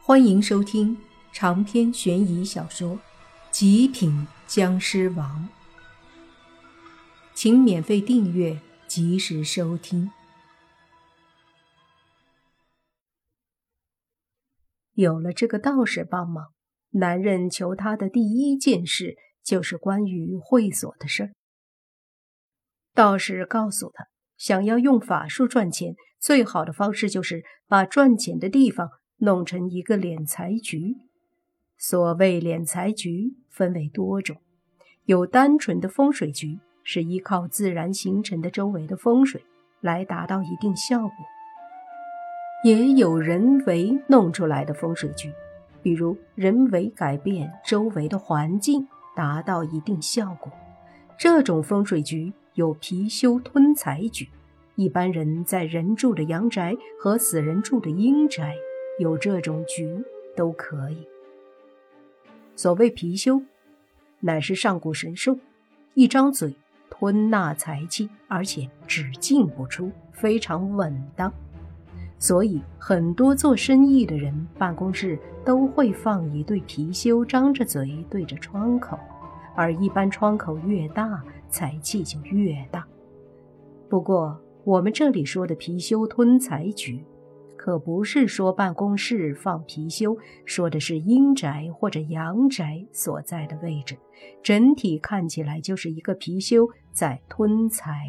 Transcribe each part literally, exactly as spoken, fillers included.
欢迎收听长篇悬疑小说《极品僵尸王》，请免费订阅，及时收听。有了这个道士帮忙，男人求他的第一件事就是关于会所的事儿。道士告诉他，想要用法术赚钱，最好的方式就是把赚钱的地方弄成一个敛财局。所谓敛财局分为多种，有单纯的风水局，是依靠自然形成的周围的风水来达到一定效果，也有人为弄出来的风水局，比如人为改变周围的环境达到一定效果。这种风水局有貔貅吞财局，一般人在人住的阳宅和死人住的阴宅有这种局都可以。所谓貔貅，乃是上古神兽，一张嘴吞纳财气，而且只进不出，非常稳当。所以很多做生意的人办公室都会放一对貔貅，张着嘴对着窗口，而一般窗口越大，财气就越大。不过我们这里说的貔貅吞财局，可不是说办公室放貔貅，说的是阴宅或者阳宅所在的位置，整体看起来就是一个貔貅在吞财。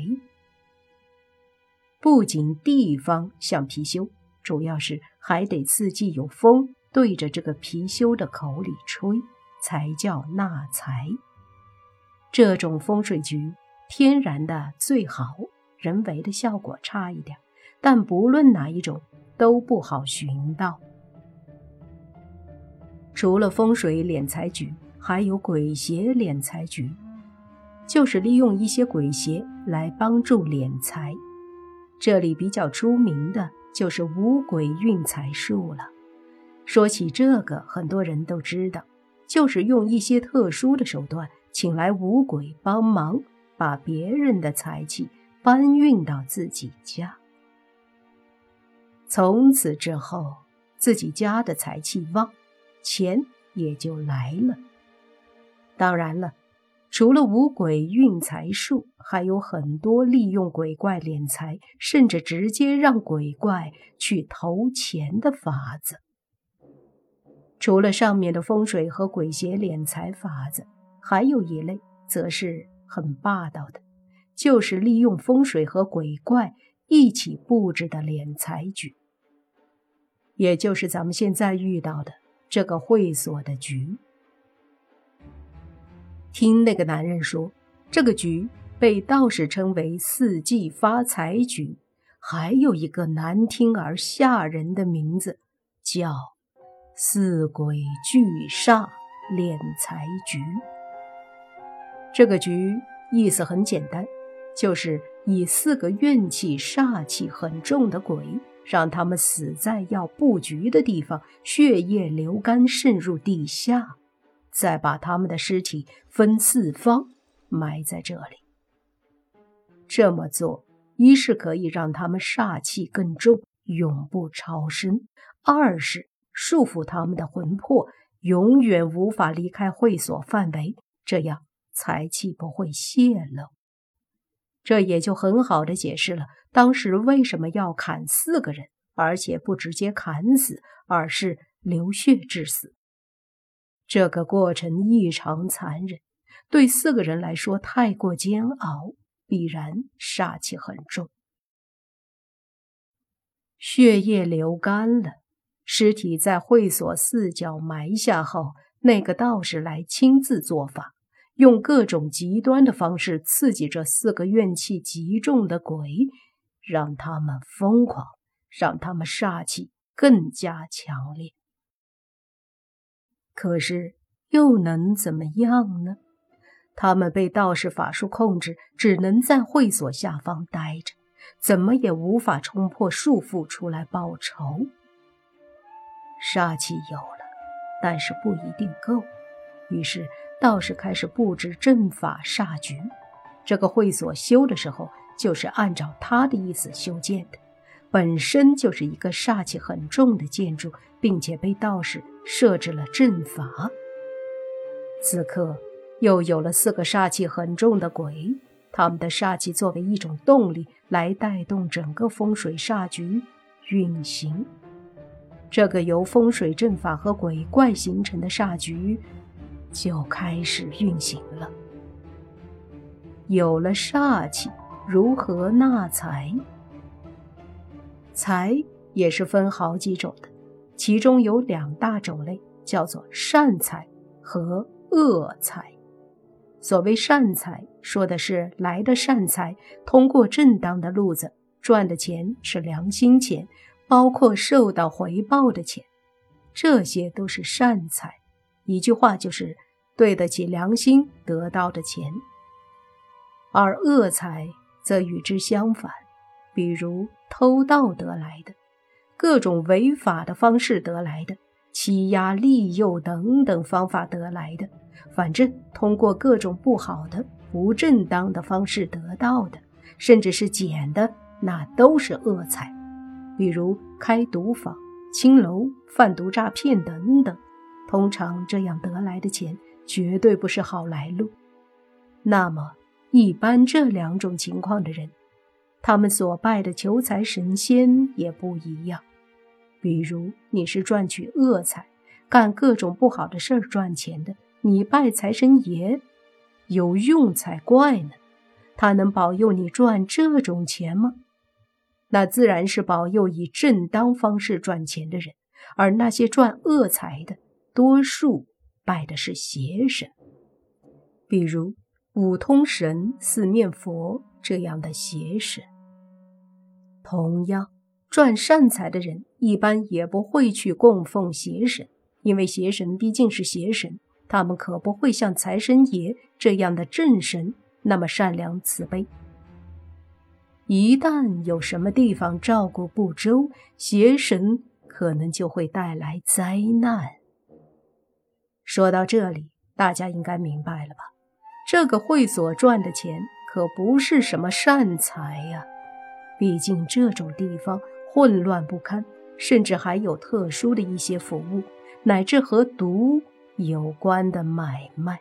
不仅地方像貔貅，主要是还得四季有风对着这个貔貅的口里吹，才叫纳财。这种风水局天然的最好，人为的效果差一点，但不论哪一种都不好寻到。除了风水敛财局，还有鬼邪敛财局，就是利用一些鬼邪来帮助敛财。这里比较出名的就是五鬼运财术了。说起这个，很多人都知道，就是用一些特殊的手段请来五鬼帮忙，把别人的财气搬运到自己家。从此之后，自己家的财气旺，钱也就来了。当然了，除了五鬼运财术，还有很多利用鬼怪敛财，甚至直接让鬼怪去投钱的法子。除了上面的风水和鬼邪敛财法子，还有一类则是很霸道的，就是利用风水和鬼怪一起布置的敛财局，也就是咱们现在遇到的这个会所的局。听那个男人说，这个局被道士称为四季发财局，还有一个难听而吓人的名字，叫四鬼聚煞敛财局。这个局意思很简单，就是以四个怨气煞气很重的鬼，让他们死在要布局的地方，血液流干渗入地下，再把他们的尸体分四方埋在这里。这么做，一是可以让他们煞气更重，永不超生；二是束缚他们的魂魄，永远无法离开会所范围，这样财气不会泄露。这也就很好地解释了当时为什么要砍四个人，而且不直接砍死，而是流血致死。这个过程异常残忍，对四个人来说太过煎熬，必然煞气很重。血液流干了，尸体在会所四角埋下后，那个道士来亲自做法，用各种极端的方式刺激这四个怨气极重的鬼，让他们疯狂，让他们煞气更加强烈。可是又能怎么样呢？他们被道士法术控制，只能在会所下方待着，怎么也无法冲破束缚出来报仇。煞气有了，但是不一定够，于是道士开始布置阵法煞局。这个会所修的时候，就是按照他的意思修建的， 本身就是一个煞气很重的建筑，并且被道士设置了阵法。此刻又有了四个煞气很重的鬼，他们的煞气作为一种动力来带动整个风水煞局运行。这个由风水阵法和鬼怪形成的煞局就开始运行了。有了煞气，如何纳财？财也是分好几种的，其中有两大种类，叫做善财和恶财。所谓善财，说的是来的善财，通过正当的路子赚的钱是良心钱，包括受到回报的钱，这些都是善财。一句话就是对得起良心得到的钱。而恶财则与之相反，比如偷盗得来的，各种违法的方式得来的，欺压利诱等等方法得来的，反正通过各种不好的不正当的方式得到的，甚至是捡的，那都是恶财。比如开赌坊、青楼、贩毒诈骗等等，通常这样得来的钱绝对不是好来路。那么一般这两种情况的人，他们所拜的求财神仙也不一样。比如你是赚取恶财，干各种不好的事儿赚钱的，你拜财神爷有用才怪呢，他能保佑你赚这种钱吗？那自然是保佑以正当方式赚钱的人，而那些赚恶财的，多数拜的是邪神，比如五通神、四面佛这样的邪神。同样，赚善财的人一般也不会去供奉邪神，因为邪神毕竟是邪神，他们可不会像财神爷这样的正神那么善良慈悲。一旦有什么地方照顾不周，邪神可能就会带来灾难。说到这里，大家应该明白了吧？这个会所赚的钱可不是什么善财呀，毕竟这种地方混乱不堪，甚至还有特殊的一些服务，乃至和毒有关的买卖。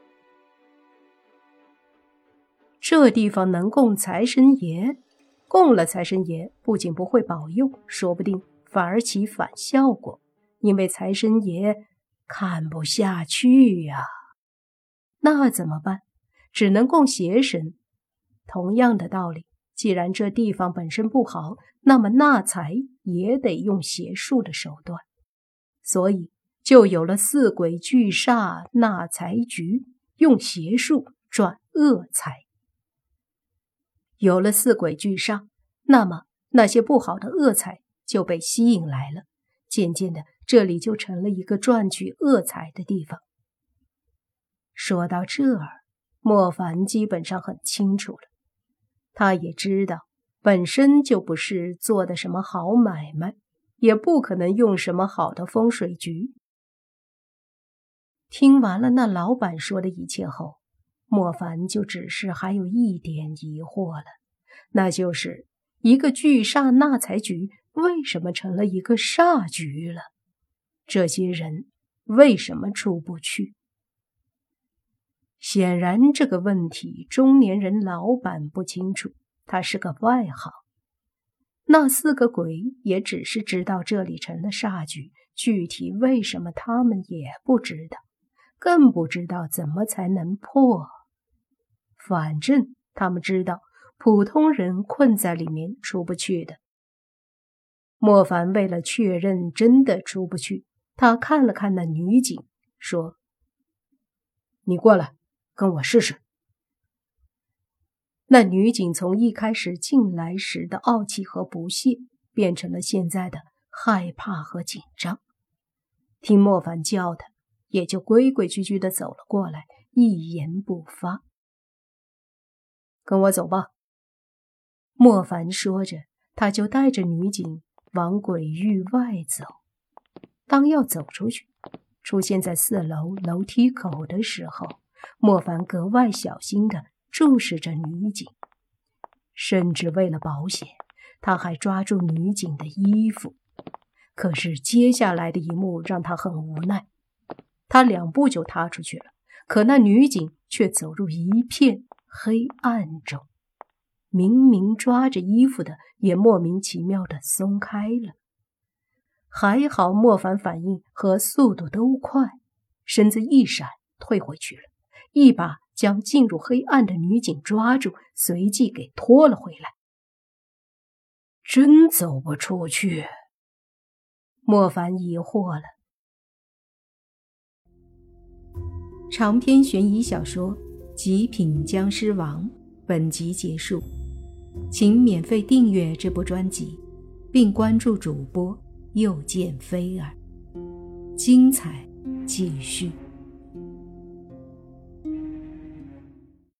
这地方能供财神爷，供了财神爷不仅不会保佑，说不定反而起反效果，因为财神爷看不下去呀。那怎么办？只能供邪神。同样的道理，既然这地方本身不好，那么纳财也得用邪术的手段，所以就有了四鬼聚煞纳财局，用邪术赚恶财。有了四鬼聚煞，那么那些不好的恶财就被吸引来了，渐渐的，这里就成了一个赚取恶财的地方。说到这儿，莫凡基本上很清楚了，他也知道本身就不是做的什么好买卖，也不可能用什么好的风水局。听完了那老板说的一切后，莫凡就只是还有一点疑惑了，那就是一个聚煞纳财局为什么成了一个煞局了？这些人为什么出不去？显然这个问题中年人老板不清楚，他是个外行。那四个鬼也只是知道这里成了煞局，具体为什么他们也不知道，更不知道怎么才能破。反正他们知道普通人困在里面出不去的。莫凡为了确认真的出不去，他看了看那女警，说：“你过来跟我试试。”那女警从一开始进来时的傲气和不屑，变成了现在的害怕和紧张。听莫凡叫他，也就规规矩矩地走了过来，一言不发。跟我走吧。莫凡说着，他就带着女警往鬼域外走。当要走出去，出现在四楼楼梯口的时候，莫凡格外小心地注视着女警，甚至为了保险， 他还抓住女警的衣服。可是接下来的一幕让他很无奈，他两步就踏出去了，可那女警却走入一片黑暗中，明明抓着衣服的也莫名其妙地松开了。还好莫凡反应和速度都快，身子一闪退回去了，一把将进入黑暗的女警抓住，随即给拖了回来。真走不出去？莫凡疑惑了。长篇悬疑小说《极品僵尸王》本集结束，请免费订阅这部专辑，并关注主播又见菲儿，精彩继续。